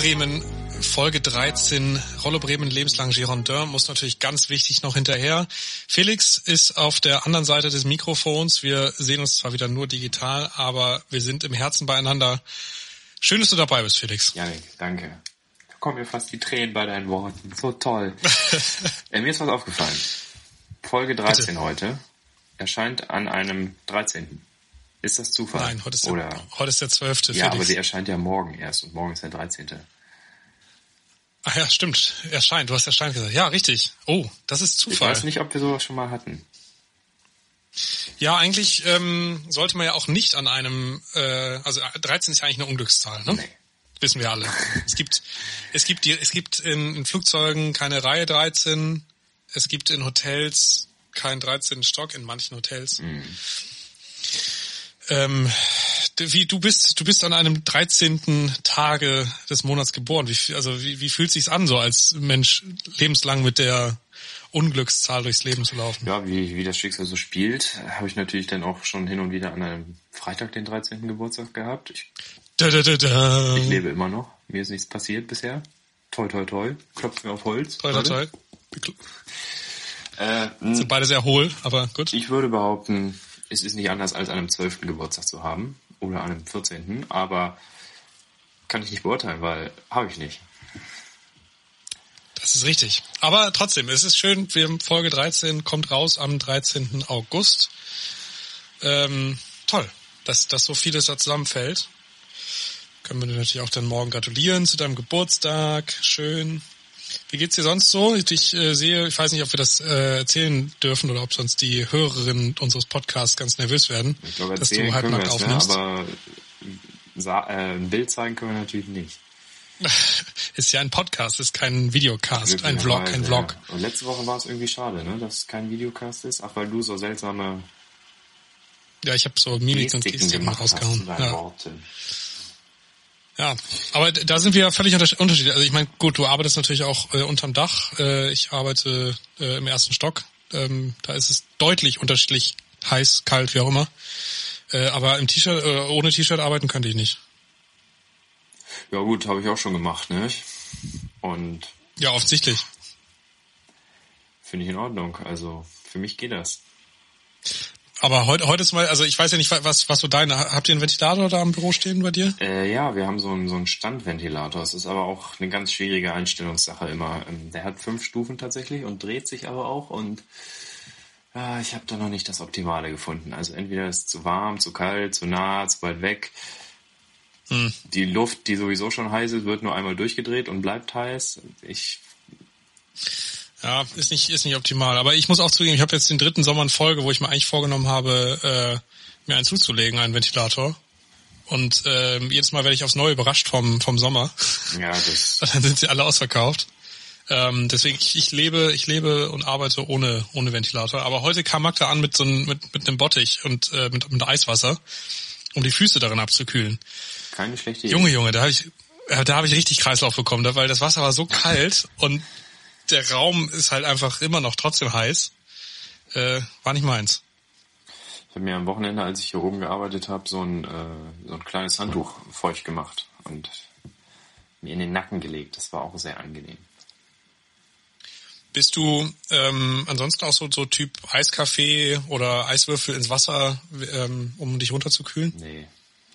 Bremen, Folge 13, Rollo Bremen, lebenslang Girondin, muss natürlich ganz wichtig noch hinterher. Felix ist auf der anderen Seite des Mikrofons. Wir sehen uns zwar wieder nur digital, aber wir sind im Herzen beieinander. Schön, dass du dabei bist, Felix. Janik, danke. Da kommen mir fast die Tränen bei deinen Worten. So toll. Mir ist was aufgefallen. Folge 13 Bitte. Heute erscheint an einem 13. Ist das Zufall? Nein, heute ist der 12. Ja, Felix. Aber sie erscheint ja morgen erst und morgen ist der 13. Ach ja, stimmt. Erscheint. Du hast erscheint gesagt. Ja, richtig. Oh, das ist Zufall. Ich weiß nicht, ob wir sowas schon mal hatten. Ja, eigentlich sollte man ja auch nicht an einem, also 13 ist ja eigentlich eine Unglückszahl, ne? Nee. Wissen wir alle. Es gibt in Flugzeugen keine Reihe 13. Es gibt in Hotels keinen 13. Stock, in manchen Hotels. Du bist an einem 13. Tage des Monats geboren. Wie fühlt sich's an, so als Mensch lebenslang mit der Unglückszahl durchs Leben zu laufen? Ja, wie das Schicksal so spielt, habe ich natürlich dann auch schon hin und wieder an einem Freitag den 13. Geburtstag gehabt. Ich lebe immer noch. Mir ist nichts passiert bisher. Toi, toi, toi. Klopfen wir auf Holz. Toi, toi, toi. Sind beide sehr hohl, aber gut. Ich würde behaupten, es ist nicht anders, als an einem 12. Geburtstag zu haben oder an einem 14. Aber kann ich nicht beurteilen, weil habe ich nicht. Das ist richtig. Aber trotzdem, es ist schön, Folge 13 kommt raus am 13. August. Toll, dass so vieles da zusammenfällt. Können wir dir natürlich auch dann morgen gratulieren zu deinem Geburtstag. Schön. Wie geht's dir sonst so? Ich sehe, ich weiß nicht, ob wir das erzählen dürfen oder ob sonst die Hörerinnen unseres Podcasts ganz nervös werden, ich glaube, dass du halbnackt aufnimmst. Aber ein Bild zeigen können wir natürlich nicht. Ist ja ein Podcast, ist kein Videocast, ein Vlog, kein Vlog. Ja. Und letzte Woche war es irgendwie schade, ne, dass es kein Videocast ist. Ach, weil du so seltsame... Ja, ich habe so Mimik und Gestik rausgehauen. Ja, aber da sind wir ja völlig unterschiedlich. Also ich meine, gut, du arbeitest natürlich auch unterm Dach. Ich arbeite im ersten Stock. Da ist es deutlich unterschiedlich heiß, kalt, wie auch immer. Aber im T-Shirt, ohne T-Shirt arbeiten könnte ich nicht. Ja gut, habe ich auch schon gemacht, ne? Und ja, offensichtlich. Finde ich in Ordnung. Also für mich geht das. Aber heute ist mal, also ich weiß ja nicht, was so habt ihr einen Ventilator da am Büro stehen bei dir? Ja, wir haben so einen Standventilator. Es ist aber auch eine ganz schwierige Einstellungssache immer. Der hat 5 Stufen tatsächlich und dreht sich aber auch und ich habe da noch nicht das Optimale gefunden. Also entweder ist es zu warm, zu kalt, zu nah, zu weit weg. Die Luft, die sowieso schon heiß ist, wird nur einmal durchgedreht und bleibt heiß. Ja, ist nicht optimal. Aber ich muss auch zugeben, ich habe jetzt den 3. Sommer in Folge, wo ich mir eigentlich vorgenommen habe, mir einen zuzulegen, einen Ventilator. Und jedes Mal werde ich aufs Neue überrascht vom Sommer. Ja, dann sind sie alle ausverkauft. Deswegen ich lebe und arbeite ohne Ventilator. Aber heute kam Magda an mit einem Bottich und mit Eiswasser, um die Füße darin abzukühlen. Keine schlechte Idee. Junge, da habe ich richtig Kreislauf bekommen, weil das Wasser war so kalt und der Raum ist halt einfach immer noch trotzdem heiß. War nicht meins. Ich habe mir am Wochenende, als ich hier oben gearbeitet habe, so ein kleines Handtuch feucht gemacht und mir in den Nacken gelegt. Das war auch sehr angenehm. Bist du ansonsten auch so Typ Eiskaffee oder Eiswürfel ins Wasser, um dich runterzukühlen? Nee.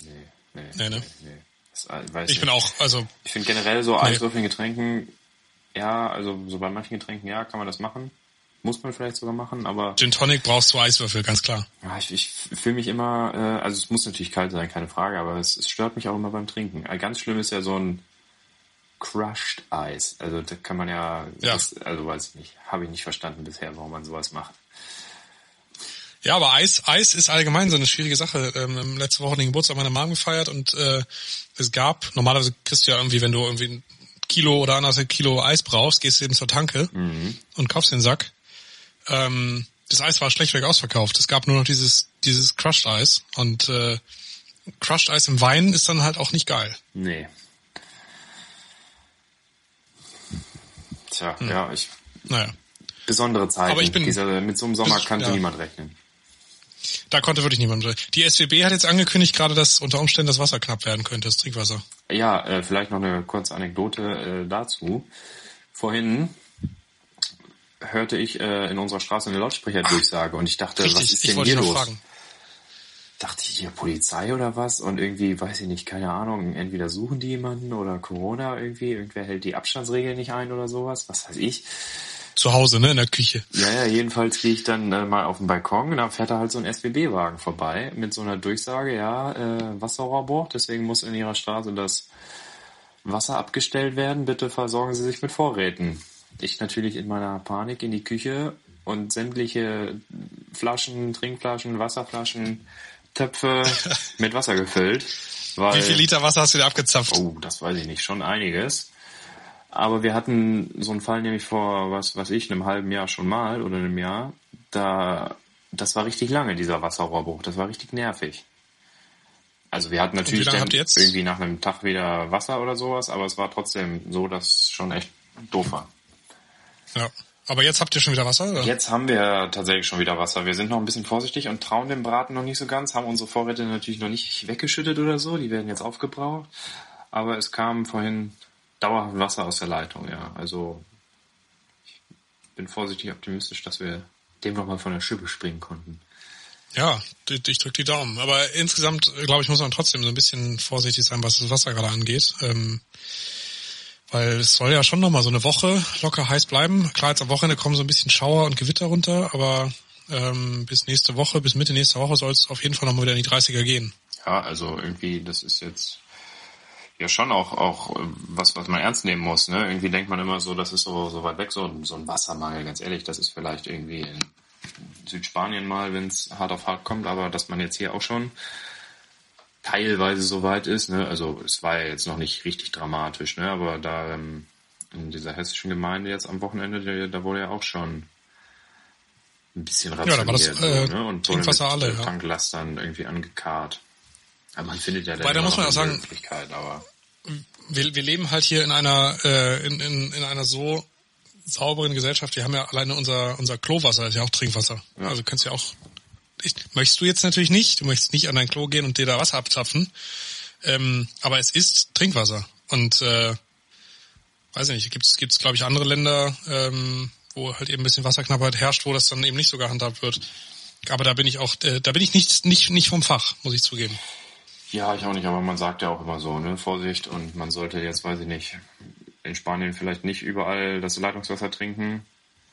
Ich bin auch, also... Ich finde generell so Eiswürfel in Getränken, ja, also so bei manchen Getränken, ja, kann man das machen. Muss man vielleicht sogar machen, aber... Gin Tonic brauchst du Eiswürfel, ganz klar. Ja, ich fühle mich immer, also es muss natürlich kalt sein, keine Frage, aber es stört mich auch immer beim Trinken. Ganz schlimm ist ja so ein Crushed Eis. Also da kann man ja. Also weiß ich nicht, habe ich nicht verstanden bisher, warum man sowas macht. Ja, aber Eis ist allgemein so eine schwierige Sache. Letzte Woche den Geburtstag meiner Mom gefeiert und es gab, normalerweise kriegst du ja irgendwie, wenn du irgendwie ein Kilo oder 1,5 Kilo Eis brauchst, gehst du eben zur Tanke und kaufst den Sack. Das Eis war schlechtweg ausverkauft. Es gab nur noch dieses Crushed Eis und Crushed Eis im Wein ist dann halt auch nicht geil. Nee. Tja, Naja. Besondere Zeiten. Aber mit so einem Sommer kannte niemand rechnen. Da konnte wirklich niemand drin. Die SWB hat jetzt angekündigt gerade, dass unter Umständen das Wasser knapp werden könnte, das Trinkwasser. Ja, vielleicht noch eine kurze Anekdote dazu. Vorhin hörte ich in unserer Straße eine Lautsprecherdurchsage und ich dachte, Richtig, was ist ich denn wollte hier dich los? noch fragen. Dachte ich, hier Polizei oder was? Und irgendwie, weiß ich nicht, keine Ahnung, entweder suchen die jemanden oder Corona irgendwie, irgendwer hält die Abstandsregeln nicht ein oder sowas, was weiß ich. Zu Hause, ne, in der Küche. Ja, jedenfalls gehe ich dann mal auf den Balkon und da fährt da halt so ein SWB-Wagen vorbei mit so einer Durchsage, Wasserrohrbruch, deswegen muss in Ihrer Straße das Wasser abgestellt werden, bitte versorgen Sie sich mit Vorräten. Ich natürlich in meiner Panik in die Küche und sämtliche Flaschen, Trinkflaschen, Wasserflaschen, Töpfe mit Wasser gefüllt. Weil, wie viel Liter Wasser hast du da abgezapft? Oh, das weiß ich nicht, schon einiges. Aber wir hatten so einen Fall nämlich vor, einem halben Jahr schon mal oder einem Jahr. Das war richtig lange, dieser Wasserrohrbruch. Das war richtig nervig. Also wir hatten natürlich dann irgendwie nach einem Tag wieder Wasser oder sowas, aber es war trotzdem so, dass es schon echt doof war. Ja, aber jetzt habt ihr schon wieder Wasser, oder? Jetzt haben wir tatsächlich schon wieder Wasser. Wir sind noch ein bisschen vorsichtig und trauen dem Braten noch nicht so ganz, haben unsere Vorräte natürlich noch nicht weggeschüttet oder so, die werden jetzt aufgebraucht. Aber es kam vorhin dauerhaft Wasser aus der Leitung, ja. Also ich bin vorsichtig optimistisch, dass wir dem nochmal von der Schippe springen konnten. Ja, ich drück die Daumen. Aber insgesamt, glaube ich, muss man trotzdem so ein bisschen vorsichtig sein, was das Wasser gerade angeht. Weil es soll ja schon nochmal so eine Woche locker heiß bleiben. Klar, jetzt am Wochenende kommen so ein bisschen Schauer und Gewitter runter, aber bis Mitte nächster Woche soll es auf jeden Fall nochmal wieder in die 30er gehen. Ja, also irgendwie, das ist jetzt ja schon auch was man ernst nehmen muss, ne? Irgendwie denkt man immer so, das ist so weit weg, so ein Wassermangel, ganz ehrlich, das ist vielleicht irgendwie in Südspanien mal, wenn es hart auf hart kommt, aber dass man jetzt hier auch schon teilweise so weit ist, ne? Also es war ja jetzt noch nicht richtig dramatisch, ne? Aber da in dieser hessischen Gemeinde jetzt am Wochenende, da wurde ja auch schon ein bisschen rationiert, ja, da war das, so, ne? Und wurde mit alle, Tanklastern irgendwie angekarrt. Aber man findet ja da muss man auch sagen, Möglichkeit, aber wir leben halt hier in einer in einer so sauberen Gesellschaft. Wir haben ja alleine unser Klowasser ist ja auch Trinkwasser. Ja. Also kannst ja auch möchtest du jetzt natürlich nicht. Du möchtest nicht an dein Klo gehen und dir da Wasser abzapfen. Aber es ist Trinkwasser. Und weiß ich nicht, gibt's glaube ich andere Länder, wo halt eben ein bisschen Wasserknappheit herrscht, wo das dann eben nicht so gehandhabt wird. Aber da bin ich nicht vom Fach, muss ich zugeben. Ja, ich auch nicht, aber man sagt ja auch immer so, ne, Vorsicht, und man sollte jetzt, weiß ich nicht, in Spanien vielleicht nicht überall das Leitungswasser trinken.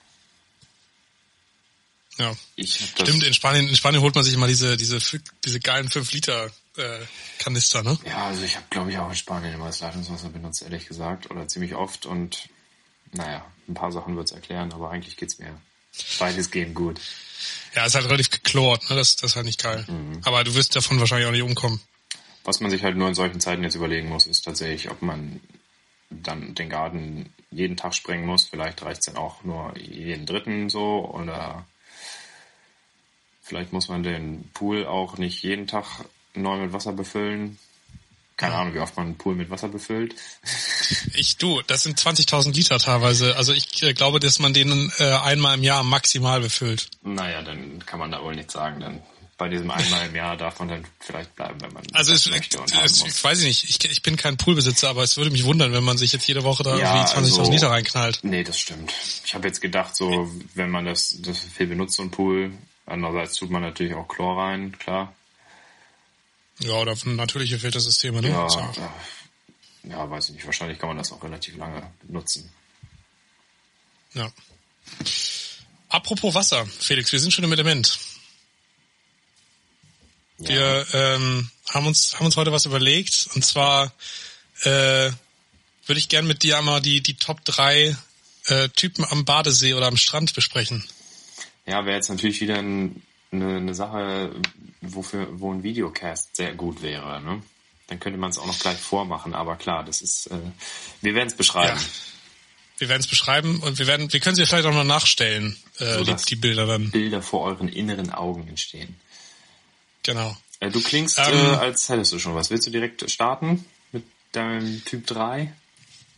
Ja, stimmt, in Spanien holt man sich immer diese geilen 5 Liter Kanister, ne? Ja, also ich habe, glaube ich, auch in Spanien immer das Leitungswasser benutzt, ehrlich gesagt, oder ziemlich oft, und naja, ein paar Sachen wird's erklären, aber eigentlich geht's mir weitestgehend gut. Ja, ist halt relativ geklort, ne? Das ist halt nicht geil. Mhm. Aber du wirst davon wahrscheinlich auch nicht umkommen. Was man sich halt nur in solchen Zeiten jetzt überlegen muss, ist tatsächlich, ob man dann den Garten jeden Tag sprengen muss. Vielleicht reicht's dann auch nur jeden dritten so, oder vielleicht muss man den Pool auch nicht jeden Tag neu mit Wasser befüllen. Keine Ahnung, wie oft man einen Pool mit Wasser befüllt. Das sind 20.000 Liter teilweise. Also ich glaube, dass man den einmal im Jahr maximal befüllt. Naja, dann kann man da wohl nichts sagen. Dann bei diesem einmal im Jahr darf man dann vielleicht bleiben, wenn man möchte und ich weiß nicht, ich bin kein Poolbesitzer, aber es würde mich wundern, wenn man sich jetzt jede Woche da irgendwie 20.000 Liter reinknallt. Nee, das stimmt. Ich habe jetzt gedacht, so wenn man das viel benutzt, so ein Pool, andererseits tut man natürlich auch Chlor rein, klar. Ja, oder natürliche Filtersysteme, ne? Ja, weiß ich nicht. Wahrscheinlich kann man das auch relativ lange nutzen. Ja. Apropos Wasser, Felix, wir sind schon im Element. Ja. Wir haben uns heute was überlegt, und zwar würde ich gern mit dir einmal die Top 3 Typen am Badesee oder am Strand besprechen. Ja, wäre jetzt natürlich wieder eine Sache, wo ein Videocast sehr gut wäre, ne? Dann könnte man es auch noch gleich vormachen, aber klar, das ist, wir werden es beschreiben. Ja, wir werden es beschreiben, und wir können sie vielleicht auch noch nachstellen, die Bilder dann. Bilder vor euren inneren Augen entstehen. Genau. Du klingst, als hättest du schon was. Willst du direkt starten mit deinem Typ 3?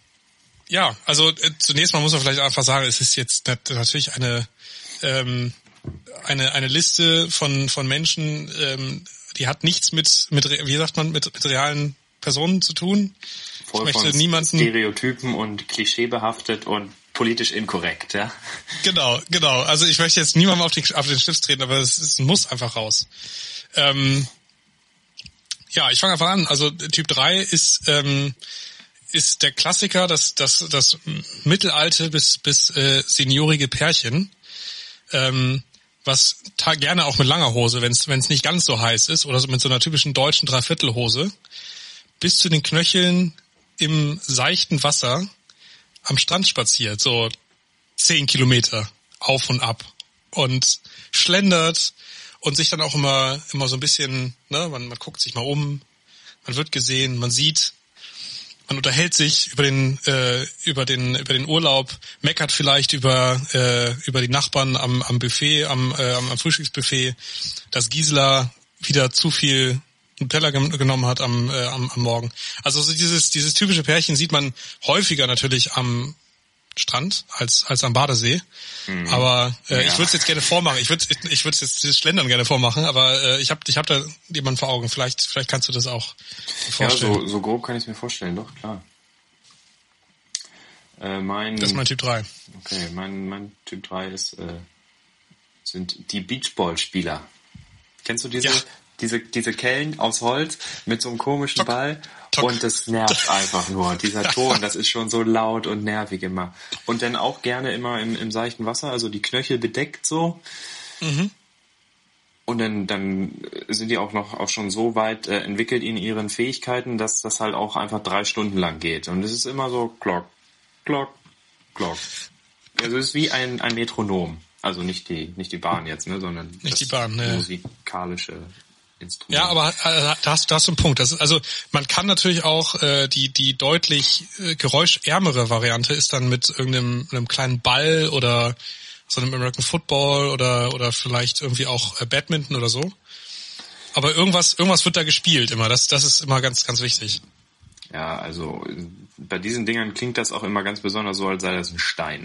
Ja, also zunächst mal muss man vielleicht einfach sagen, es ist jetzt natürlich eine eine Liste von Menschen, die hat nichts mit wie sagt man, mit realen Personen zu tun. Voll Ich möchte von niemanden Stereotypen und klischeebehaftet und politisch inkorrekt, ja. Genau. Also ich möchte jetzt niemandem auf den Schlips treten, aber es muss einfach raus. Ja, ich fange einfach an. Also Typ 3 ist der Klassiker, das mittelalte bis seniorige Pärchen, was gerne auch mit langer Hose, wenn es nicht ganz so heiß ist, oder so mit so einer typischen deutschen Dreiviertelhose, bis zu den Knöcheln im seichten Wasser am Strand spaziert, so 10 Kilometer auf und ab und schlendert und sich dann auch immer so ein bisschen, ne, man guckt sich mal um, man wird gesehen, man sieht, man unterhält sich über den Urlaub, meckert vielleicht über die Nachbarn am Buffet, am Frühstücksbuffet, dass Gisela wieder zu viel Nutella genommen hat am Morgen. Also so dieses typische Pärchen sieht man häufiger natürlich am Strand als am Badesee. Aber ich würde es jetzt gerne vormachen. Ich würde jetzt dieses Schlendern gerne vormachen, aber ich hab da jemanden vor Augen. Vielleicht kannst du das auch vorstellen. Ja, so grob kann ich es mir vorstellen, doch, klar. Das ist mein Typ 3. Okay, mein Typ 3 sind die Beachball-Spieler. Kennst du diese Kellen aus Holz mit so einem komischen Ball? Tock. Und das nervt einfach nur. Dieser Ton, das ist schon so laut und nervig immer. Und dann auch gerne immer im seichten Wasser, also die Knöchel bedeckt so. Mhm. Und dann sind die auch schon so weit entwickelt in ihren Fähigkeiten, dass das halt auch einfach 3 Stunden lang geht. Und es ist immer so Glock, Glock, Glock. Also es ist wie ein Metronom. Also nicht die Bahn jetzt, ne, sondern nicht die Bahn, ne. Musikalische Instrument. Ja, aber da hast du einen Punkt. Also man kann natürlich auch die deutlich geräuschärmere Variante ist dann mit einem kleinen Ball oder so einem American Football oder vielleicht irgendwie auch Badminton oder so. Aber irgendwas wird da gespielt immer. Das ist immer ganz, ganz wichtig. Ja, also bei diesen Dingern klingt das auch immer ganz besonders so, als sei das ein Stein.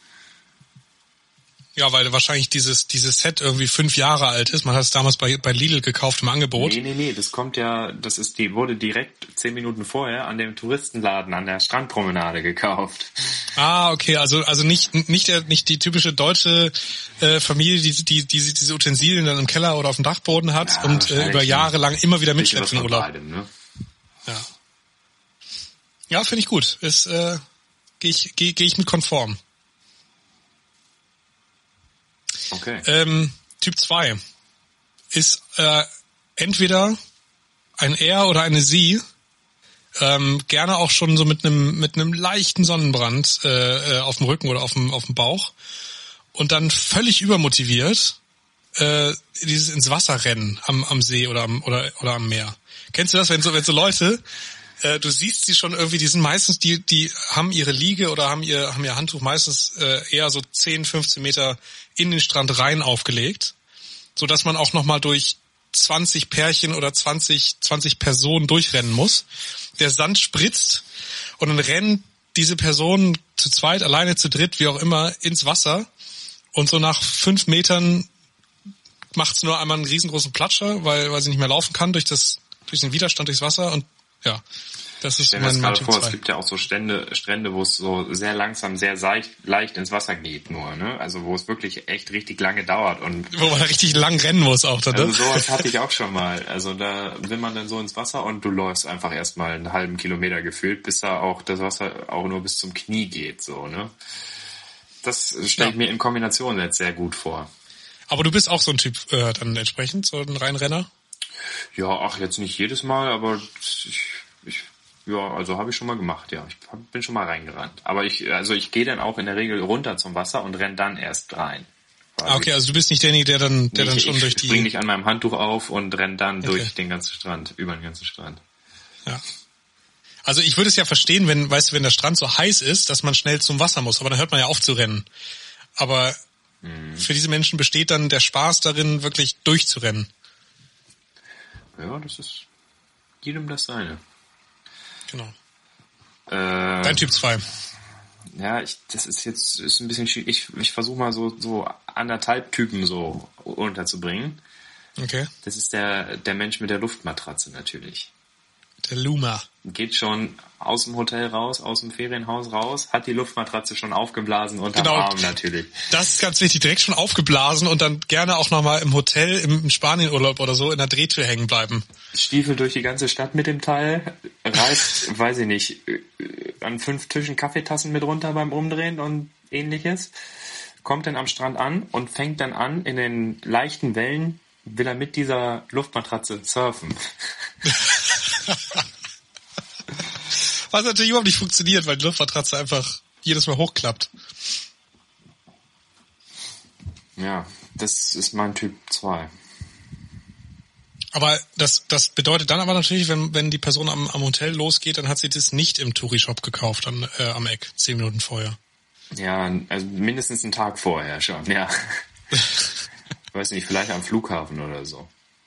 Ja, weil wahrscheinlich dieses Set irgendwie 5 Jahre alt ist. Man hat es damals bei Lidl gekauft im Angebot. Nee, wurde direkt 10 Minuten vorher an dem Touristenladen an der Strandpromenade gekauft. Ah, okay, also nicht die typische deutsche Familie, die diese Utensilien dann im Keller oder auf dem Dachboden hat, ja, und über Jahre lang immer wieder mitschleppt in Urlaub. Beidem, ne? Ja, finde ich gut. Gehe ich mit konform. Okay. Typ 2 ist entweder ein Er oder eine Sie, gerne auch schon so mit einem leichten Sonnenbrand auf dem Rücken oder auf dem Bauch und dann völlig übermotiviert dieses ins Wasser rennen am See oder am Meer. Kennst du das, wenn so Leute, du siehst sie schon irgendwie, die sind meistens, die haben ihre Liege oder haben ihr Handtuch meistens eher so 10, 15 Meter in den Strand rein aufgelegt, so dass man auch nochmal durch 20 Pärchen oder 20 Personen durchrennen muss. Der Sand spritzt und dann rennen diese Personen zu zweit, alleine, zu dritt, wie auch immer, ins Wasser und so nach 5 Metern macht's nur einmal einen riesengroßen Platscher, weil sie nicht mehr laufen kann durch den Widerstand durchs Wasser und ja. Das ist mein Typ 2. Es gibt ja auch so Strände, wo es so sehr langsam, sehr leicht ins Wasser geht nur, ne? Also wo es wirklich echt richtig lange dauert und wo man richtig lang rennen muss auch dann. Also sowas hatte ich auch schon mal. Also da will man dann so ins Wasser und du läufst einfach erstmal einen halben Kilometer gefühlt, bis da auch das Wasser auch nur bis zum Knie geht, so, ne? Das stelle ich mir in Kombination jetzt sehr gut vor. Aber du bist auch so ein Typ dann entsprechend, so ein Reinrenner? Ja, jetzt nicht jedes Mal, aber also habe ich schon mal gemacht, ja. Ich bin schon mal reingerannt. Aber ich gehe dann auch in der Regel runter zum Wasser und renn dann erst rein. Okay, also du bist nicht derjenige, der dann schon durch die... Ich spring nicht an meinem Handtuch auf und renn dann durch den ganzen Strand, über den ganzen Strand. Ja. Also ich würde es ja verstehen, wenn der Strand so heiß ist, dass man schnell zum Wasser muss. Aber dann hört man ja auf zu rennen. Aber für diese Menschen besteht dann der Spaß darin, wirklich durchzurennen. Ja, das ist jedem das seine. Genau. Dein Typ 2. das ist ein bisschen schwierig. Ich versuche mal so 1,5 Typen so unterzubringen. Okay. Das ist der Mensch mit der Luftmatratze natürlich. Der Luma. Geht schon aus dem Hotel raus, aus dem Ferienhaus raus, hat die Luftmatratze schon aufgeblasen unterm Arm natürlich. Das ist ganz wichtig, direkt schon aufgeblasen und dann gerne auch nochmal im Hotel, im Spanienurlaub oder so, in der Drehtür hängen bleiben. Stiefel durch die ganze Stadt mit dem Teil, reißt, weiß ich nicht, an 5 Tischen Kaffeetassen mit runter beim Umdrehen und ähnliches. Kommt dann am Strand an und fängt dann an, in den leichten Wellen will er mit dieser Luftmatratze surfen. Was natürlich überhaupt nicht funktioniert, weil die Luftmatratze einfach jedes Mal hochklappt. Ja, das ist mein Typ 2. Aber das bedeutet dann aber natürlich, wenn die Person am Hotel losgeht, dann hat sie das nicht im Touri-Shop gekauft am Eck, 10 Minuten vorher. Ja, also mindestens einen Tag vorher schon, ja. Ich weiß nicht, vielleicht am Flughafen oder so.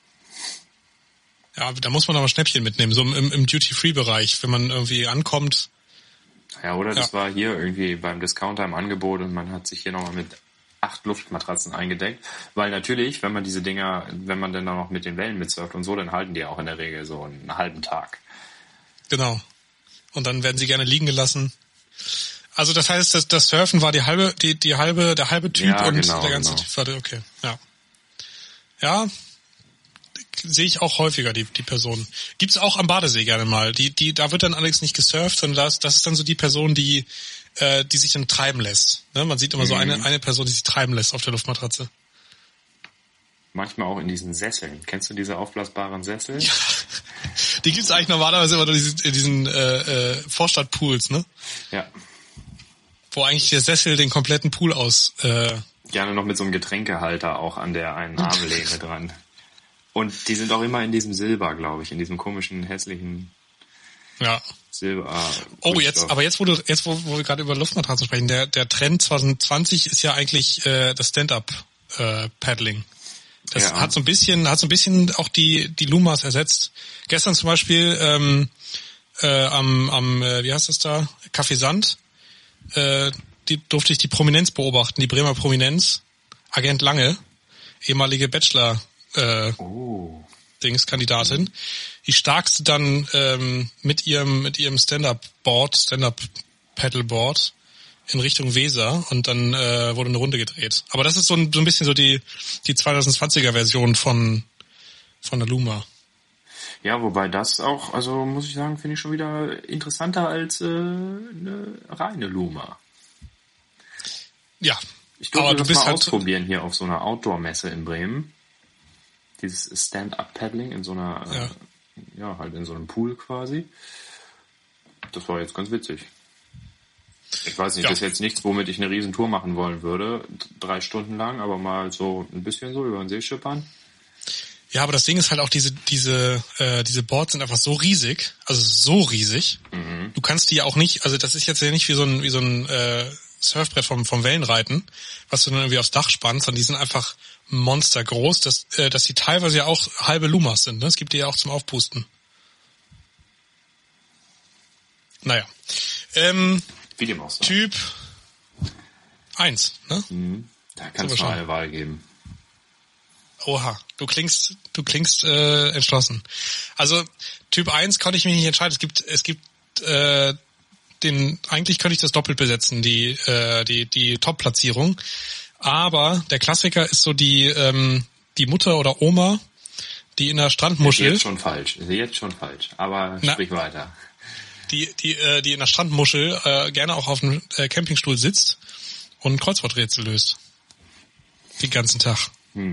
Ja, da muss man aber Schnäppchen mitnehmen, so im Duty-Free-Bereich, wenn man irgendwie ankommt. Ja, oder das war hier irgendwie beim Discounter im Angebot und man hat sich hier nochmal mit 8 Luftmatratzen eingedeckt. Weil natürlich, wenn man diese Dinger, wenn man dann noch mit den Wellen mitsurft und so, dann halten die auch in der Regel so einen halben Tag. Genau. Und dann werden sie gerne liegen gelassen. Also das heißt, das Surfen war der halbe Typ ja, und genau, der ganze Typ war okay. Ja. Ja. Sehe ich auch häufiger, die Person. Gibt's auch am Badesee gerne mal. Da wird dann allerdings nicht gesurft, sondern das ist dann so die Person, die sich dann treiben lässt. Ne? Man sieht immer so eine Person, die sich treiben lässt auf der Luftmatratze. Manchmal auch in diesen Sesseln. Kennst du diese aufblasbaren Sessel? Ja. Die gibt's eigentlich normalerweise immer nur in diesen Vorstadtpools, ne? Ja. Wo eigentlich der Sessel den kompletten Pool gerne noch mit so einem Getränkehalter auch an der einen Armlehne dran. Und die sind auch immer in diesem Silber, glaube ich, in diesem komischen, hässlichen Silber. Oh, jetzt, wo wir gerade über Luftmatratzen sprechen, der Trend 2020 ist ja eigentlich das Stand-up Paddling. Das hat so ein bisschen auch die Lumas ersetzt. Gestern zum Beispiel wie heißt das da? Café Sand, durfte ich die Prominenz beobachten, die Bremer Prominenz, Agent Lange, ehemalige Bachelor Kandidatin, die starkste dann mit ihrem Stand-up-Paddleboard in Richtung Weser und dann wurde eine Runde gedreht. Aber das ist so ein bisschen so die 2020er Version von der Luma. Ja, wobei das auch, also muss ich sagen, finde ich schon wieder interessanter als eine reine Luma. Ja, ich durfte das mal ausprobieren hier auf so einer Outdoor-Messe in Bremen. Dieses Stand-up-Paddling in so einer, halt in so einem Pool quasi. Das war jetzt ganz witzig. Ich weiß nicht, das ist jetzt nichts, womit ich eine Riesentour machen wollen würde, 3 Stunden lang, aber mal so ein bisschen so über den See schippern. Ja, aber das Ding ist halt auch, diese Boards sind einfach so riesig, also so riesig. Mhm. Du kannst die ja auch nicht, also das ist jetzt ja nicht wie so ein Surfbrett vom Wellenreiten, was du dann irgendwie aufs Dach spannst, sondern die sind einfach monstergroß, dass die teilweise ja auch halbe Lumas sind. Ne? Es gibt die ja auch zum Aufpusten. Naja. Wie dem auch sei. Typ 1, ne? Mhm. Da kannst du mal eine Wahl geben. Oha, du klingst entschlossen. Also Typ 1 konnte ich mich nicht entscheiden. Es gibt eigentlich könnte ich das doppelt besetzen, die Top-Platzierung. Aber der Klassiker ist so die Mutter oder Oma, die in der Strandmuschel. Jetzt schon falsch. Aber sprich weiter. Die in der Strandmuschel gerne auch auf dem Campingstuhl sitzt und Kreuzworträtsel löst. Den ganzen Tag.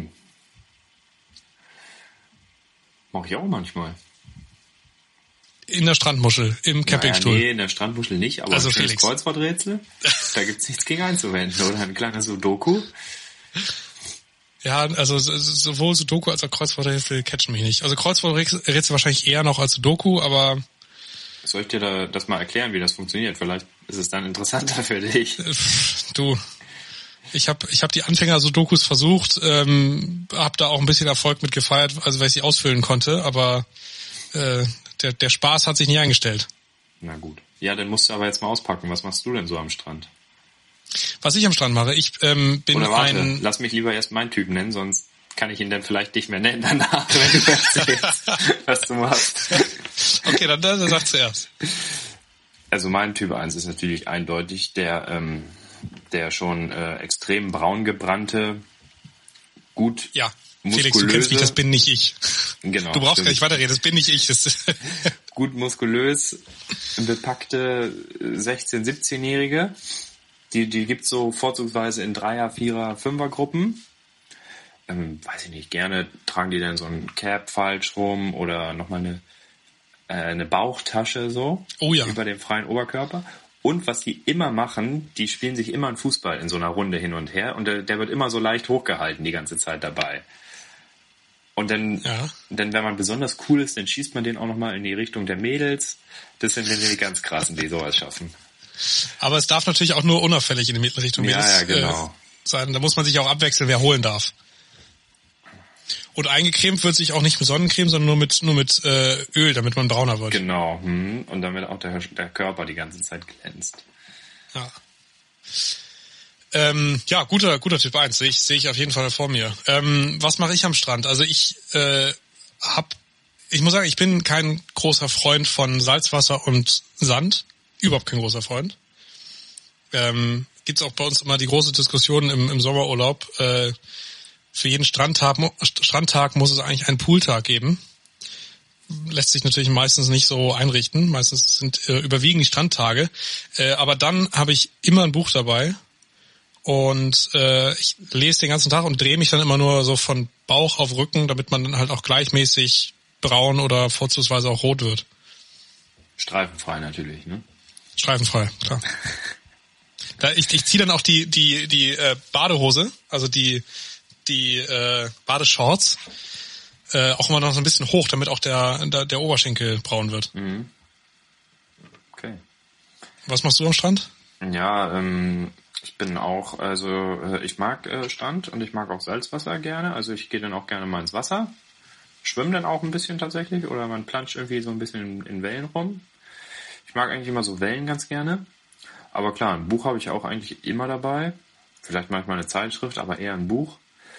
Mach ich auch manchmal. In der Strandmuschel, im Campingstuhl. Nee, in der Strandmuschel nicht, aber also ein Kreuzworträtsel, da gibt's nichts gegen einzuwenden, oder? Ein kleines Sudoku. Ja, also sowohl Sudoku als auch Kreuzworträtsel catchen mich nicht. Also Kreuzworträtsel wahrscheinlich eher noch als Sudoku, aber... Soll ich dir das mal erklären, wie das funktioniert? Vielleicht ist es dann interessanter für dich. Du... Ich hab die Anfänger-Sudokus versucht, hab da auch ein bisschen Erfolg mit gefeiert, also weil ich sie ausfüllen konnte, aber der Spaß hat sich nie eingestellt. Na gut. Ja, dann musst du aber jetzt mal auspacken. Was machst du denn so am Strand? Was ich am Strand mache, ich bin Oder warte, lass mich lieber erst meinen Typ nennen, sonst kann ich ihn dann vielleicht nicht mehr nennen danach, wenn du erzählst, was du machst. Okay, dann sagst du erst. Also mein Typ 1 ist natürlich eindeutig der schon extrem braun gebrannte, gut muskulöse... Felix, du kennst mich, das bin nicht ich. Genau, du brauchst stimmt. gar nicht weiterreden, das bin nicht ich. Gut muskulös, bepackte 16-, 17-Jährige. Die gibt's so vorzugsweise in 3er, 4er, 5er Gruppen. Weiß ich nicht, gerne tragen die dann so ein Cap falsch rum oder nochmal eine Bauchtasche so über dem freien Oberkörper. Und was die immer machen, die spielen sich immer einen Fußball in so einer Runde hin und her und der wird immer so leicht hochgehalten die ganze Zeit dabei. Und dann, wenn man besonders cool ist, dann schießt man den auch nochmal in die Richtung der Mädels. Das sind dann die ganz krassen, die sowas schaffen. Aber es darf natürlich auch nur unauffällig in die Richtung Mädels genau. sein. Da muss man sich auch abwechseln, wer holen darf. Und eingecremt wird sich auch nicht mit Sonnencreme, sondern nur mit Öl, damit man brauner wird. Genau. Und damit auch der Körper die ganze Zeit glänzt. Ja. Guter Typ 1. Sehe ich auf jeden Fall vor mir. Was mache ich am Strand? Also ich muss sagen, ich bin kein großer Freund von Salzwasser und Sand. Überhaupt kein großer Freund. Gibt's auch bei uns immer die große Diskussion im Sommerurlaub. Für jeden Strandtag muss es eigentlich einen Pooltag geben. Lässt sich natürlich meistens nicht so einrichten. Meistens sind überwiegend die Strandtage. Aber dann habe ich immer ein Buch dabei. Und ich lese den ganzen Tag und drehe mich dann immer nur so von Bauch auf Rücken, damit man dann halt auch gleichmäßig braun oder vorzugsweise auch rot wird. Streifenfrei natürlich, ne? Streifenfrei, klar. Ich ziehe dann auch die Badehose, also die Badeshorts, auch immer noch so ein bisschen hoch, damit auch der Oberschenkel braun wird. Okay. Was machst du am Strand? Ja, ich bin auch, ich mag Strand und ich mag auch Salzwasser gerne. Also ich gehe dann auch gerne mal ins Wasser. Schwimme dann auch ein bisschen tatsächlich oder man planscht irgendwie so ein bisschen in Wellen rum. Ich mag eigentlich immer so Wellen ganz gerne. Aber klar, ein Buch habe ich auch eigentlich immer dabei. Vielleicht manchmal eine Zeitschrift, aber eher ein Buch.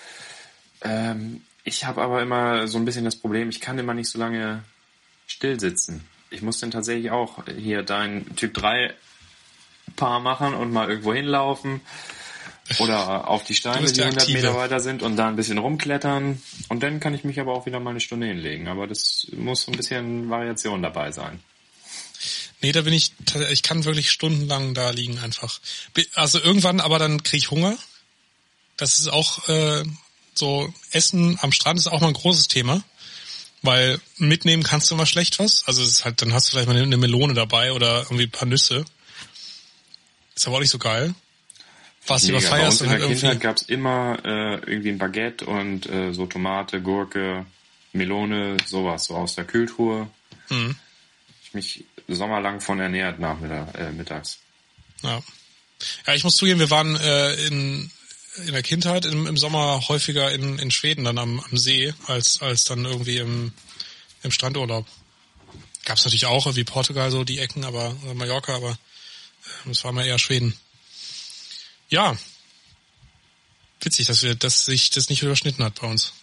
Ich habe aber immer so ein bisschen das Problem, ich kann immer nicht so lange still sitzen. Ich muss dann tatsächlich auch hier dein Typ 3 Paar machen und mal irgendwo hinlaufen oder auf die Steine, die 100 Meter weiter sind und da ein bisschen rumklettern. Und dann kann ich mich aber auch wieder mal eine Stunde hinlegen. Aber das muss so ein bisschen Variation dabei sein. Nee, da bin ich kann wirklich stundenlang da liegen einfach. Also irgendwann, aber dann kriege ich Hunger. Das ist auch so, Essen am Strand ist auch mal ein großes Thema, weil mitnehmen kannst du immer schlecht was. Also es ist halt, dann hast du vielleicht mal eine Melone dabei oder irgendwie ein paar Nüsse. Ist aber auch nicht so geil. Was du feierst und halt in der Kindheit gab's immer irgendwie ein Baguette und so Tomate, Gurke, Melone, sowas, so aus der Kühltruhe. Ich mich sommerlang von ernährt mittags. Ja, ich muss zugeben, wir waren in der Kindheit im Sommer häufiger in Schweden dann am See als dann irgendwie im Strandurlaub. Gab's natürlich auch wie Portugal so die Ecken, oder Mallorca, aber das war mal eher Schweden. Ja, witzig, dass sich das nicht überschnitten hat bei uns.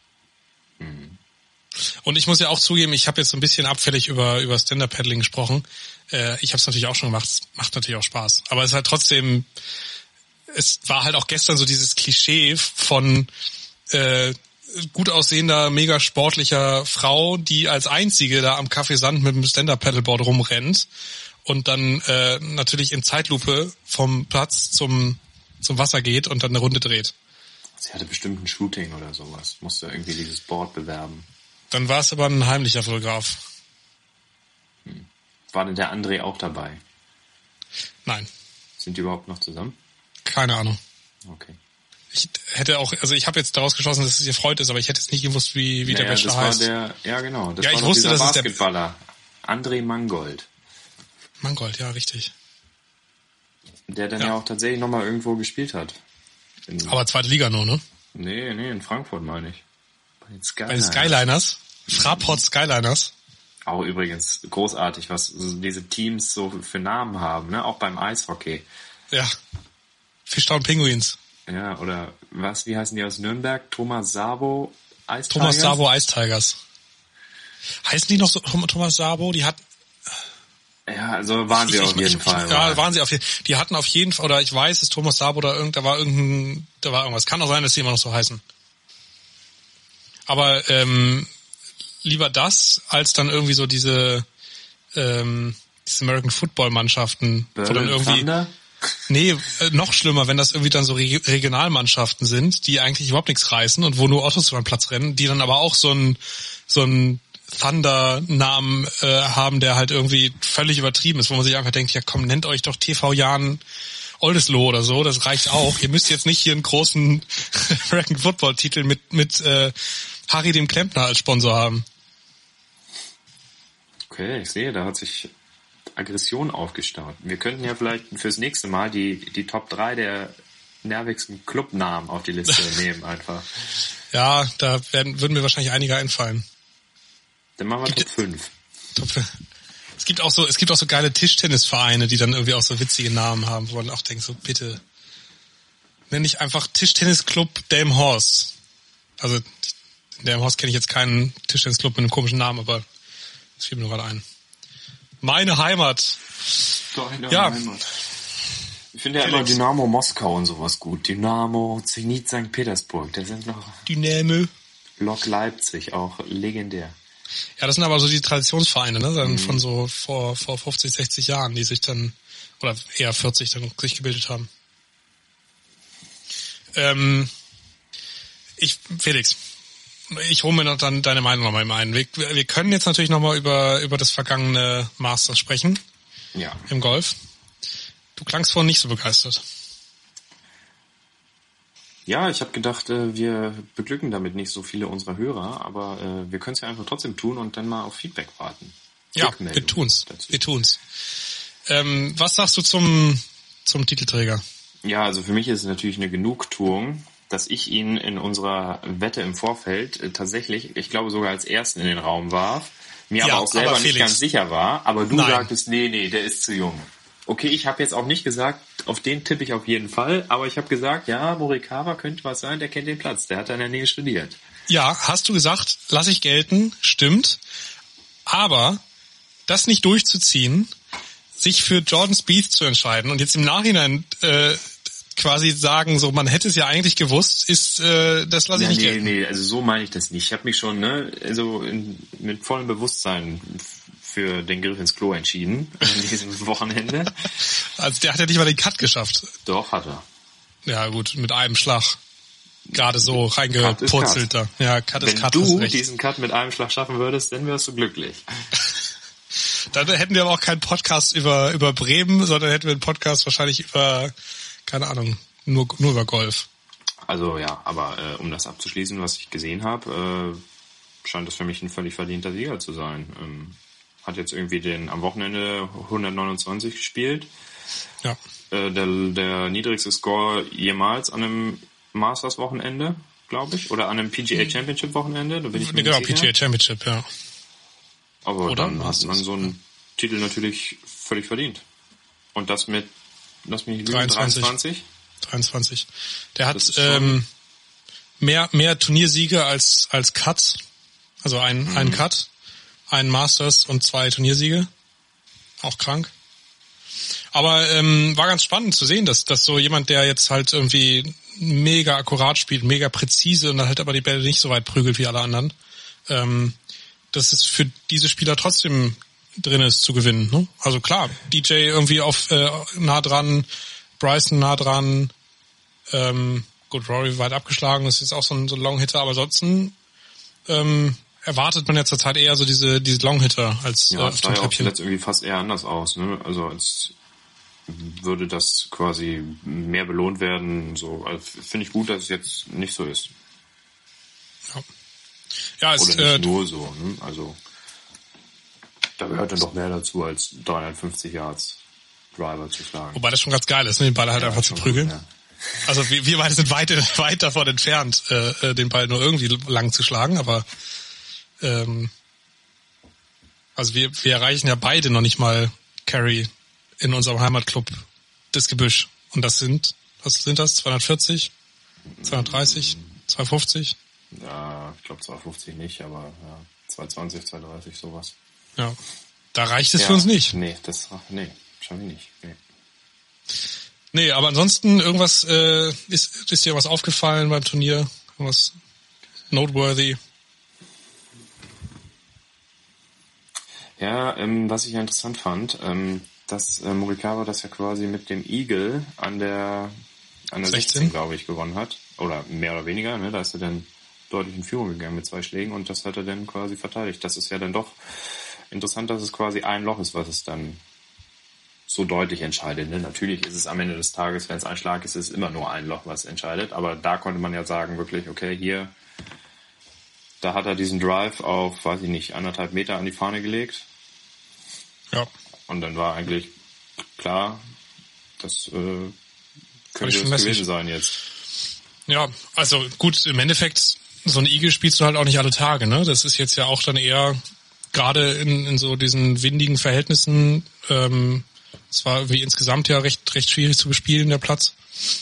Und ich muss ja auch zugeben, ich habe jetzt so ein bisschen abfällig über Stand-Up-Paddling gesprochen. Ich habe es natürlich auch schon gemacht, es macht natürlich auch Spaß. Aber es ist halt trotzdem, es war halt auch gestern so dieses Klischee von gut aussehender, mega sportlicher Frau, die als einzige da am Café Sand mit dem Stand-Up-Paddleboard rumrennt und dann natürlich in Zeitlupe vom Platz zum Wasser geht und dann eine Runde dreht. Sie hatte bestimmt ein Shooting oder sowas. Musste irgendwie dieses Board bewerben. Dann war es aber ein heimlicher Fotograf. War denn der André auch dabei? Nein. Sind die überhaupt noch zusammen? Keine Ahnung. Okay. Ich hätte auch, also ich habe jetzt daraus geschlossen, dass es ihr Freund ist, aber ich hätte jetzt nicht gewusst, wie der Bachelor heißt. Ja, genau. Das ja, war ich wusste, dieser dass Basketballer. André Mangold. Mangold, ja, richtig. Der dann ja auch tatsächlich nochmal irgendwo gespielt hat. Aber zweite Liga nur, ne? Nee, in Frankfurt meine ich. Bei den Skyliners. Fraport Skyliners. Auch übrigens großartig, was so diese Teams so für Namen haben, ne? Auch beim Eishockey. Ja. Fishtown Penguins. Ja, oder was, wie heißen die aus Nürnberg? Thomas Sabo Ice Thomas Tigers? Sabo Ice Tigers. Heißen die noch so Thomas Sabo? Die hatten... Ja, also waren sie auf jeden Fall. Ja, waren sie auf jeden Fall. Die hatten auf jeden Fall, oder ich weiß, es Thomas Sabo oder da war irgendwas. Kann auch sein, dass die immer noch so heißen. Aber lieber das, als dann irgendwie so diese American Football Mannschaften, wo dann irgendwie Thunder? Nee, noch schlimmer, wenn das irgendwie dann so Regionalmannschaften sind, die eigentlich überhaupt nichts reißen und wo nur Autos über den Platz rennen, die dann aber auch so einen Thunder-Namen haben, der halt irgendwie völlig übertrieben ist, wo man sich einfach denkt, ja komm, nennt euch doch TV Jan Oldesloe oder so, das reicht auch. Ihr müsst jetzt nicht hier einen großen American Football-Titel mit Harry dem Klempner als Sponsor haben. Okay, ich sehe, da hat sich Aggression aufgestaut. Wir könnten ja vielleicht fürs nächste Mal die Top 3 der nervigsten Clubnamen auf die Liste nehmen einfach. Ja, da würden mir wahrscheinlich einige einfallen. Dann machen wir Top 5. Es gibt auch so geile Tischtennisvereine, die dann irgendwie auch so witzige Namen haben, wo man auch denkt, so bitte nenn ich einfach Tischtennisclub Delmenhorst. Also in Delmenhorst kenne ich jetzt keinen Tischtennisclub mit einem komischen Namen, aber das fiel mir nur gerade ein. Meine Heimat. Deine Heimat. Ich finde ja immer Dynamo Moskau und sowas gut. Dynamo, Zenit St. Petersburg, da sind noch Dynamo. Lok Leipzig, auch legendär. Ja, das sind aber so die Traditionsvereine, ne? Dann von so vor 50, 60 Jahren, die sich dann, oder eher 40 dann sich gebildet haben. Felix, ich hole mir noch dann deine Meinung nochmal ein. Wir können jetzt natürlich nochmal über das vergangene Masters sprechen. Ja. Im Golf. Du klangst vorhin nicht so begeistert. Ja, ich habe gedacht, wir beglücken damit nicht so viele unserer Hörer, aber wir können es ja einfach trotzdem tun und dann mal auf Feedback warten. Ja, wir tun's. Was sagst du zum Titelträger? Ja, also für mich ist es natürlich eine Genugtuung, dass ich ihn in unserer Wette im Vorfeld tatsächlich, ich glaube sogar als ersten in den Raum warf, mir aber auch selber nicht ganz sicher war, aber du sagtest, nee, der ist zu jung. Okay, ich habe jetzt auch nicht gesagt, auf den tippe ich auf jeden Fall, aber ich habe gesagt, ja, Morikawa könnte was sein, der kennt den Platz, der hat da in der Nähe studiert. Ja, hast du gesagt, lass ich gelten, stimmt, aber das nicht durchzuziehen, sich für Jordan Spieth zu entscheiden und jetzt im Nachhinein quasi sagen, so man hätte es ja eigentlich gewusst, das lasse ich nicht gelten. Nee, also so meine ich das nicht. Ich habe mich schon mit vollem Bewusstsein für den Griff ins Klo entschieden an diesem Wochenende. Also der hat ja nicht mal den Cut geschafft. Doch, hat er. Ja gut, mit einem Schlag. Gerade so reingepurzelt da. Ja, Cut ist Cut. Wenn du diesen Cut mit einem Schlag schaffen würdest, dann wärst du glücklich. Dann hätten wir aber auch keinen Podcast über Bremen, sondern hätten wir einen Podcast wahrscheinlich über, keine Ahnung, nur über Golf. Also ja, aber um das abzuschließen, was ich gesehen habe, scheint das für mich ein völlig verdienter Sieger zu sein. Hat jetzt irgendwie am Wochenende 129 gespielt. Ja. Der niedrigste Score jemals an einem Masters-Wochenende, glaube ich, oder an einem PGA Championship-Wochenende. Da bin ich mir nicht sicher. PGA Championship, ja. Aber oder? Dann hat man so einen Titel natürlich völlig verdient. Und das mit, lass mich lügen, 23? 23. Der hat mehr Turniersiege als Cuts. Also einen Cut, einen Masters und 2 Turniersiege. Auch krank. Aber war ganz spannend zu sehen, dass so jemand, der jetzt halt irgendwie mega akkurat spielt, mega präzise und dann halt aber die Bälle nicht so weit prügelt wie alle anderen, dass es für diese Spieler trotzdem drin ist zu gewinnen. Ne? Also klar, DJ irgendwie auf nah dran, Bryson nah dran, gut, Rory weit abgeschlagen, das ist jetzt auch so ein Long-Hitter, aber ansonsten erwartet man ja zur Zeit eher so diese Long-Hitter als auf dem Treppchen. Sah ja auch irgendwie fast eher anders aus, ne? Also als würde das quasi mehr belohnt werden. So, also finde ich gut, dass es jetzt nicht so ist. Ja, oder nicht nur so, ne? Also da gehört dann doch mehr dazu, als 350 Yards Driver zu schlagen. Wobei das schon ganz geil ist, ne? Den Ball halt einfach zu prügeln. Gut, ja. Also wir beide sind weit davon entfernt, den Ball nur irgendwie lang zu schlagen, aber Also wir erreichen ja beide noch nicht mal Carry in unserem Heimatclub des Gebüsch. Und das sind, was sind das? 240? 230? 250? Ja, ich glaube 250 nicht, aber ja, 220, 230, sowas. Ja, da reicht es für uns nicht. Nee, schon nicht. Nee, aber ansonsten irgendwas, ist dir was aufgefallen beim Turnier? Irgendwas noteworthy? Ja, was ich ja interessant fand, dass Morikawa das ja quasi mit dem Eagle an der 16, glaube ich, gewonnen hat. Oder mehr oder weniger, ne? Da ist er dann deutlich in Führung gegangen mit 2 Schlägen und das hat er dann quasi verteidigt. Das ist ja dann doch interessant, dass es quasi ein Loch ist, was es dann so deutlich entscheidet. Ne? Natürlich ist es am Ende des Tages, wenn es ein Schlag ist, ist es immer nur ein Loch, was entscheidet. Aber da konnte man ja sagen, wirklich, okay, hier, da hat er diesen Drive auf, weiß ich nicht, 1,5 Meter an die Fahne gelegt. Ja. Und dann war eigentlich klar, das könnte es gewesen sein jetzt. Ja, also gut, im Endeffekt, so ein Eagle spielst du halt auch nicht alle Tage, ne? Das ist jetzt ja auch dann eher, gerade in so diesen windigen Verhältnissen, es war wie insgesamt ja recht schwierig zu bespielen, der Platz.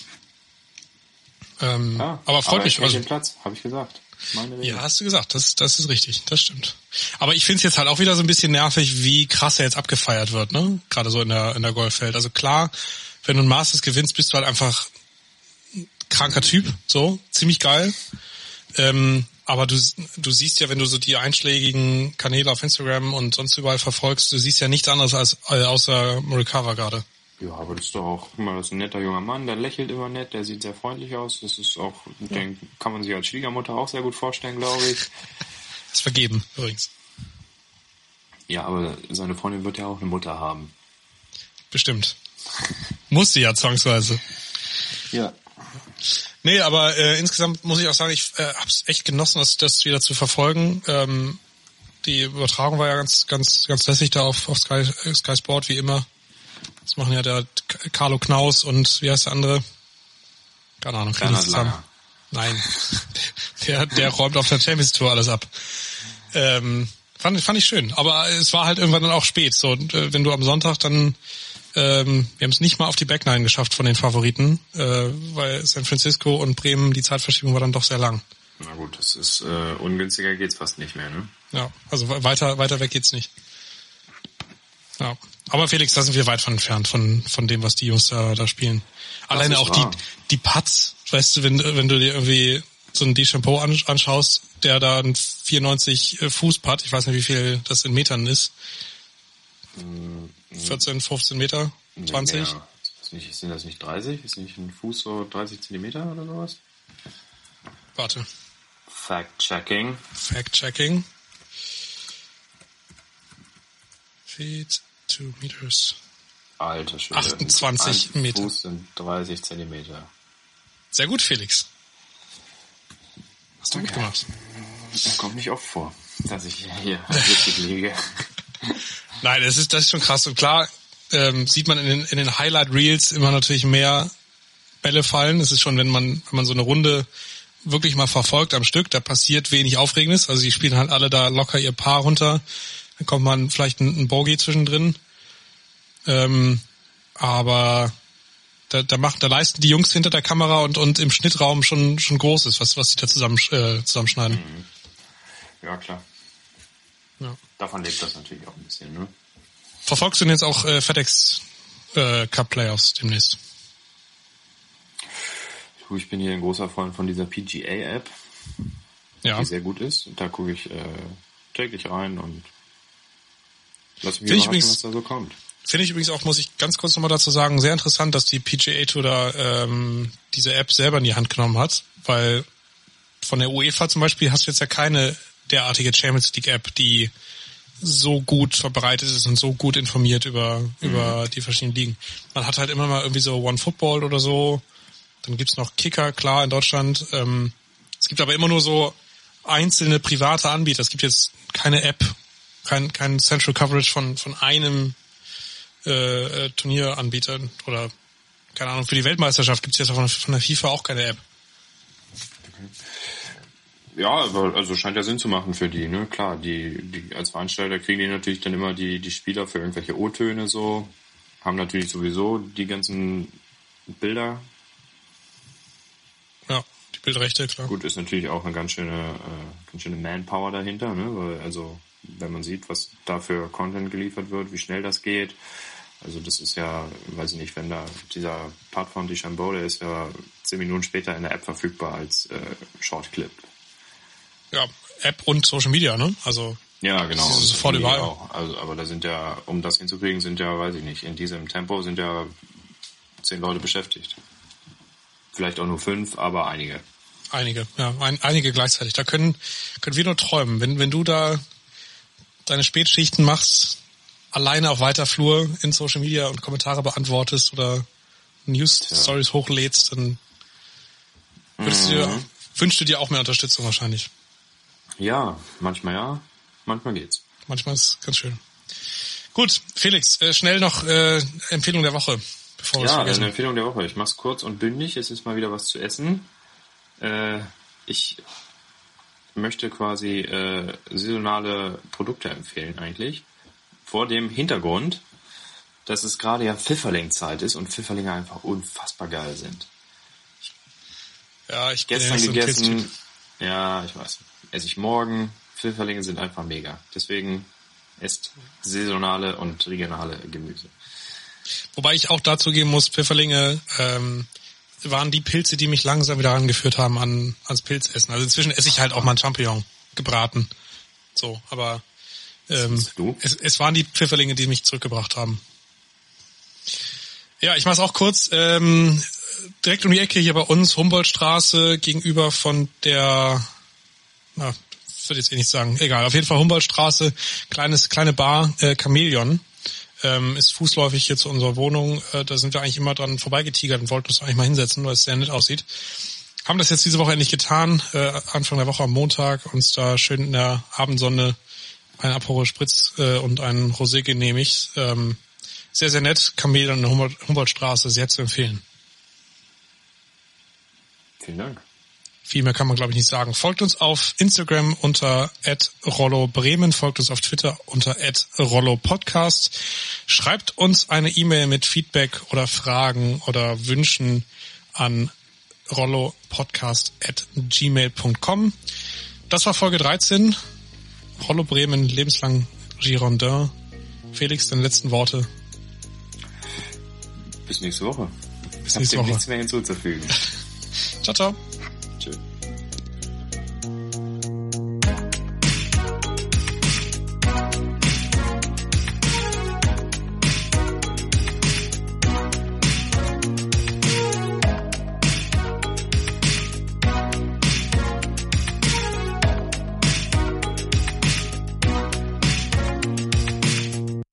Aber freut mich. Also den Platz, habe ich gesagt. Ja, hast du gesagt, das ist richtig, das stimmt. Aber ich finde es jetzt halt auch wieder so ein bisschen nervig, wie krass er jetzt abgefeiert wird, ne? Gerade so in der Golfwelt. Also klar, wenn du ein Masters gewinnst, bist du halt einfach ein kranker Typ, so, ziemlich geil. Aber du siehst ja, wenn du so die einschlägigen Kanäle auf Instagram und sonst überall verfolgst, du siehst ja nichts anderes als außer Morikawa gerade. Ja, aber das ist doch auch, guck mal, das ist ein netter junger Mann, der lächelt immer nett, der sieht sehr freundlich aus. Das ist auch, kann man sich als Schwiegermutter auch sehr gut vorstellen, glaube ich. Ist vergeben, übrigens. Ja, aber seine Freundin wird ja auch eine Mutter haben. Bestimmt. Muss sie ja zwangsweise. Ja. Nee, aber insgesamt muss ich auch sagen, ich hab's echt genossen, das wieder zu verfolgen. Die Übertragung war ja ganz lässig da auf Sky Sport, wie immer. Das machen ja der Carlo Knaus und wie heißt der andere? Keine Ahnung, krieg ich nicht zusammen. Nein. Der räumt auf der Champions Tour alles ab. Fand ich schön. Aber es war halt irgendwann dann auch spät. So, wenn du am Sonntag dann wir haben es nicht mal auf die Back Nine geschafft von den Favoriten, weil San Francisco und Bremen, die Zeitverschiebung war dann doch sehr lang. Na gut, das ist ungünstiger geht's fast nicht mehr, ne? Ja, also weiter weg geht's nicht. Ja. Aber Felix, da sind wir weit von entfernt von dem, was die Jungs da spielen. Alleine auch die Putts, weißt du, wenn du dir irgendwie so einen DeChambeau anschaust, der da einen 94 Fuß-Putt, ich weiß nicht, wie viel das in Metern ist. 14, 15 Meter, 20? Ja. Sind das nicht 30? Ist nicht ein Fuß so 30 Zentimeter oder sowas? Warte. Fact-checking. Feet, 2 meters. Alter Schwede. 28 Meter. Fuß sind 30 Zentimeter. Sehr gut, Felix. Hast du gut gemacht. Das kommt nicht oft vor, dass ich hier richtig liege. Nein, das ist schon krass. Und klar sieht man in den Highlight Reels immer natürlich mehr Bälle fallen. Das ist schon, wenn man so eine Runde wirklich mal verfolgt am Stück, da passiert wenig Aufregendes. Also die spielen halt alle da locker ihr Paar runter. Dann kommt man vielleicht ein Bogey zwischendrin. Aber da leisten die Jungs hinter der Kamera und im Schnittraum schon Großes, was die da zusammenschneiden. Ja, klar. Ja. Davon lebt das natürlich auch ein bisschen, ne? Verfolgst du denn jetzt auch FedEx Cup Playoffs demnächst? Ich bin hier ein großer Freund von dieser PGA-App, die sehr gut ist. Und da gucke ich täglich rein und lass mich überraschen, was da so kommt. Finde ich übrigens auch, muss ich ganz kurz nochmal dazu sagen, sehr interessant, dass die PGA Tour da diese App selber in die Hand genommen hat, weil von der UEFA zum Beispiel hast du jetzt ja keine derartige Champions League App, die so gut verbreitet ist und so gut informiert über die verschiedenen Ligen. Man hat halt immer mal irgendwie so One Football oder so, dann gibt's noch Kicker, klar, in Deutschland. Es gibt aber immer nur so einzelne private Anbieter. Es gibt jetzt keine App, kein Central Coverage von einem Turnieranbieter oder keine Ahnung, für die Weltmeisterschaft gibt's jetzt von der FIFA auch keine App. Ja, aber also scheint ja Sinn zu machen für die, ne? Klar, die als Veranstalter kriegen die natürlich dann immer die Spieler für irgendwelche O-Töne so, haben natürlich sowieso die ganzen Bilder. Ja, die Bildrechte, klar. Gut, ist natürlich auch eine ganz schöne Manpower dahinter, ne? Weil, also, wenn man sieht, was da für Content geliefert wird, wie schnell das geht. Also das ist ja, weiß ich nicht, wenn da dieser Part von DeChambeau, der ist ja 10 Minuten später in der App verfügbar als Shortclip. Ja, App und Social Media, ne? Also ja, genau. Das ist sofort überall. Auch. Also, aber da sind ja, um das hinzukriegen, sind ja, weiß ich nicht, in diesem Tempo sind ja 10 Leute beschäftigt. Vielleicht auch nur 5, aber einige. Einige, ja, einige gleichzeitig. Da können wir nur träumen. Wenn du da deine Spätschichten machst, alleine auf weiter Flur in Social Media und Kommentare beantwortest oder News-Stories hochlädst, dann wünschst du dir auch mehr Unterstützung wahrscheinlich. Ja, manchmal geht's. Manchmal ist es ganz schön. Gut, Felix, schnell noch Empfehlung der Woche, bevor wir es vergessen. Ja, eine Empfehlung der Woche. Ich mach's kurz und bündig. Es ist mal wieder was zu essen. Ich möchte quasi saisonale Produkte empfehlen eigentlich. Vor dem Hintergrund, dass es gerade ja Pfifferling-Zeit ist und Pfifferlinge einfach unfassbar geil sind. Ja, ich gestern gegessen. Ja, ich weiß. Esse ich morgen. Pfifferlinge sind einfach mega. Deswegen esst saisonale und regionale Gemüse. Wobei ich auch dazu geben muss, Pfifferlinge waren die Pilze, die mich langsam wieder rangeführt haben ans Pilzessen. Also inzwischen esse ich halt auch mal einen Champignon gebraten. So, aber es waren die Pfifferlinge, die mich zurückgebracht haben. Ja, ich mach's auch kurz. Direkt um die Ecke hier bei uns, Humboldtstraße, gegenüber von der, würde jetzt nicht sagen, egal, auf jeden Fall Humboldtstraße, kleine Bar, Chamäleon, ist fußläufig hier zu unserer Wohnung. Da sind wir eigentlich immer dran vorbeigetigert und wollten uns eigentlich mal hinsetzen, weil es sehr nett aussieht. Haben das jetzt diese Woche endlich getan, Anfang der Woche am Montag, uns da schön in der Abendsonne ein Aperol Spritz und ein Rosé genehmigt. Sehr, sehr nett. Chamäleon in der Humboldtstraße, sehr zu empfehlen. Vielen Dank. Viel mehr kann man, glaube ich, nicht sagen. Folgt uns auf Instagram unter @RolloBremen, folgt uns auf Twitter unter @RolloPodcast. Schreibt uns eine E-Mail mit Feedback oder Fragen oder Wünschen an rollopodcast@gmail.com. Das war Folge 13. Rollo Bremen, lebenslang Girondin. Felix, deine letzten Worte. Bis nächste Woche. Bis nächste Woche. Nichts mehr hinzuzufügen. Ciao, ciao.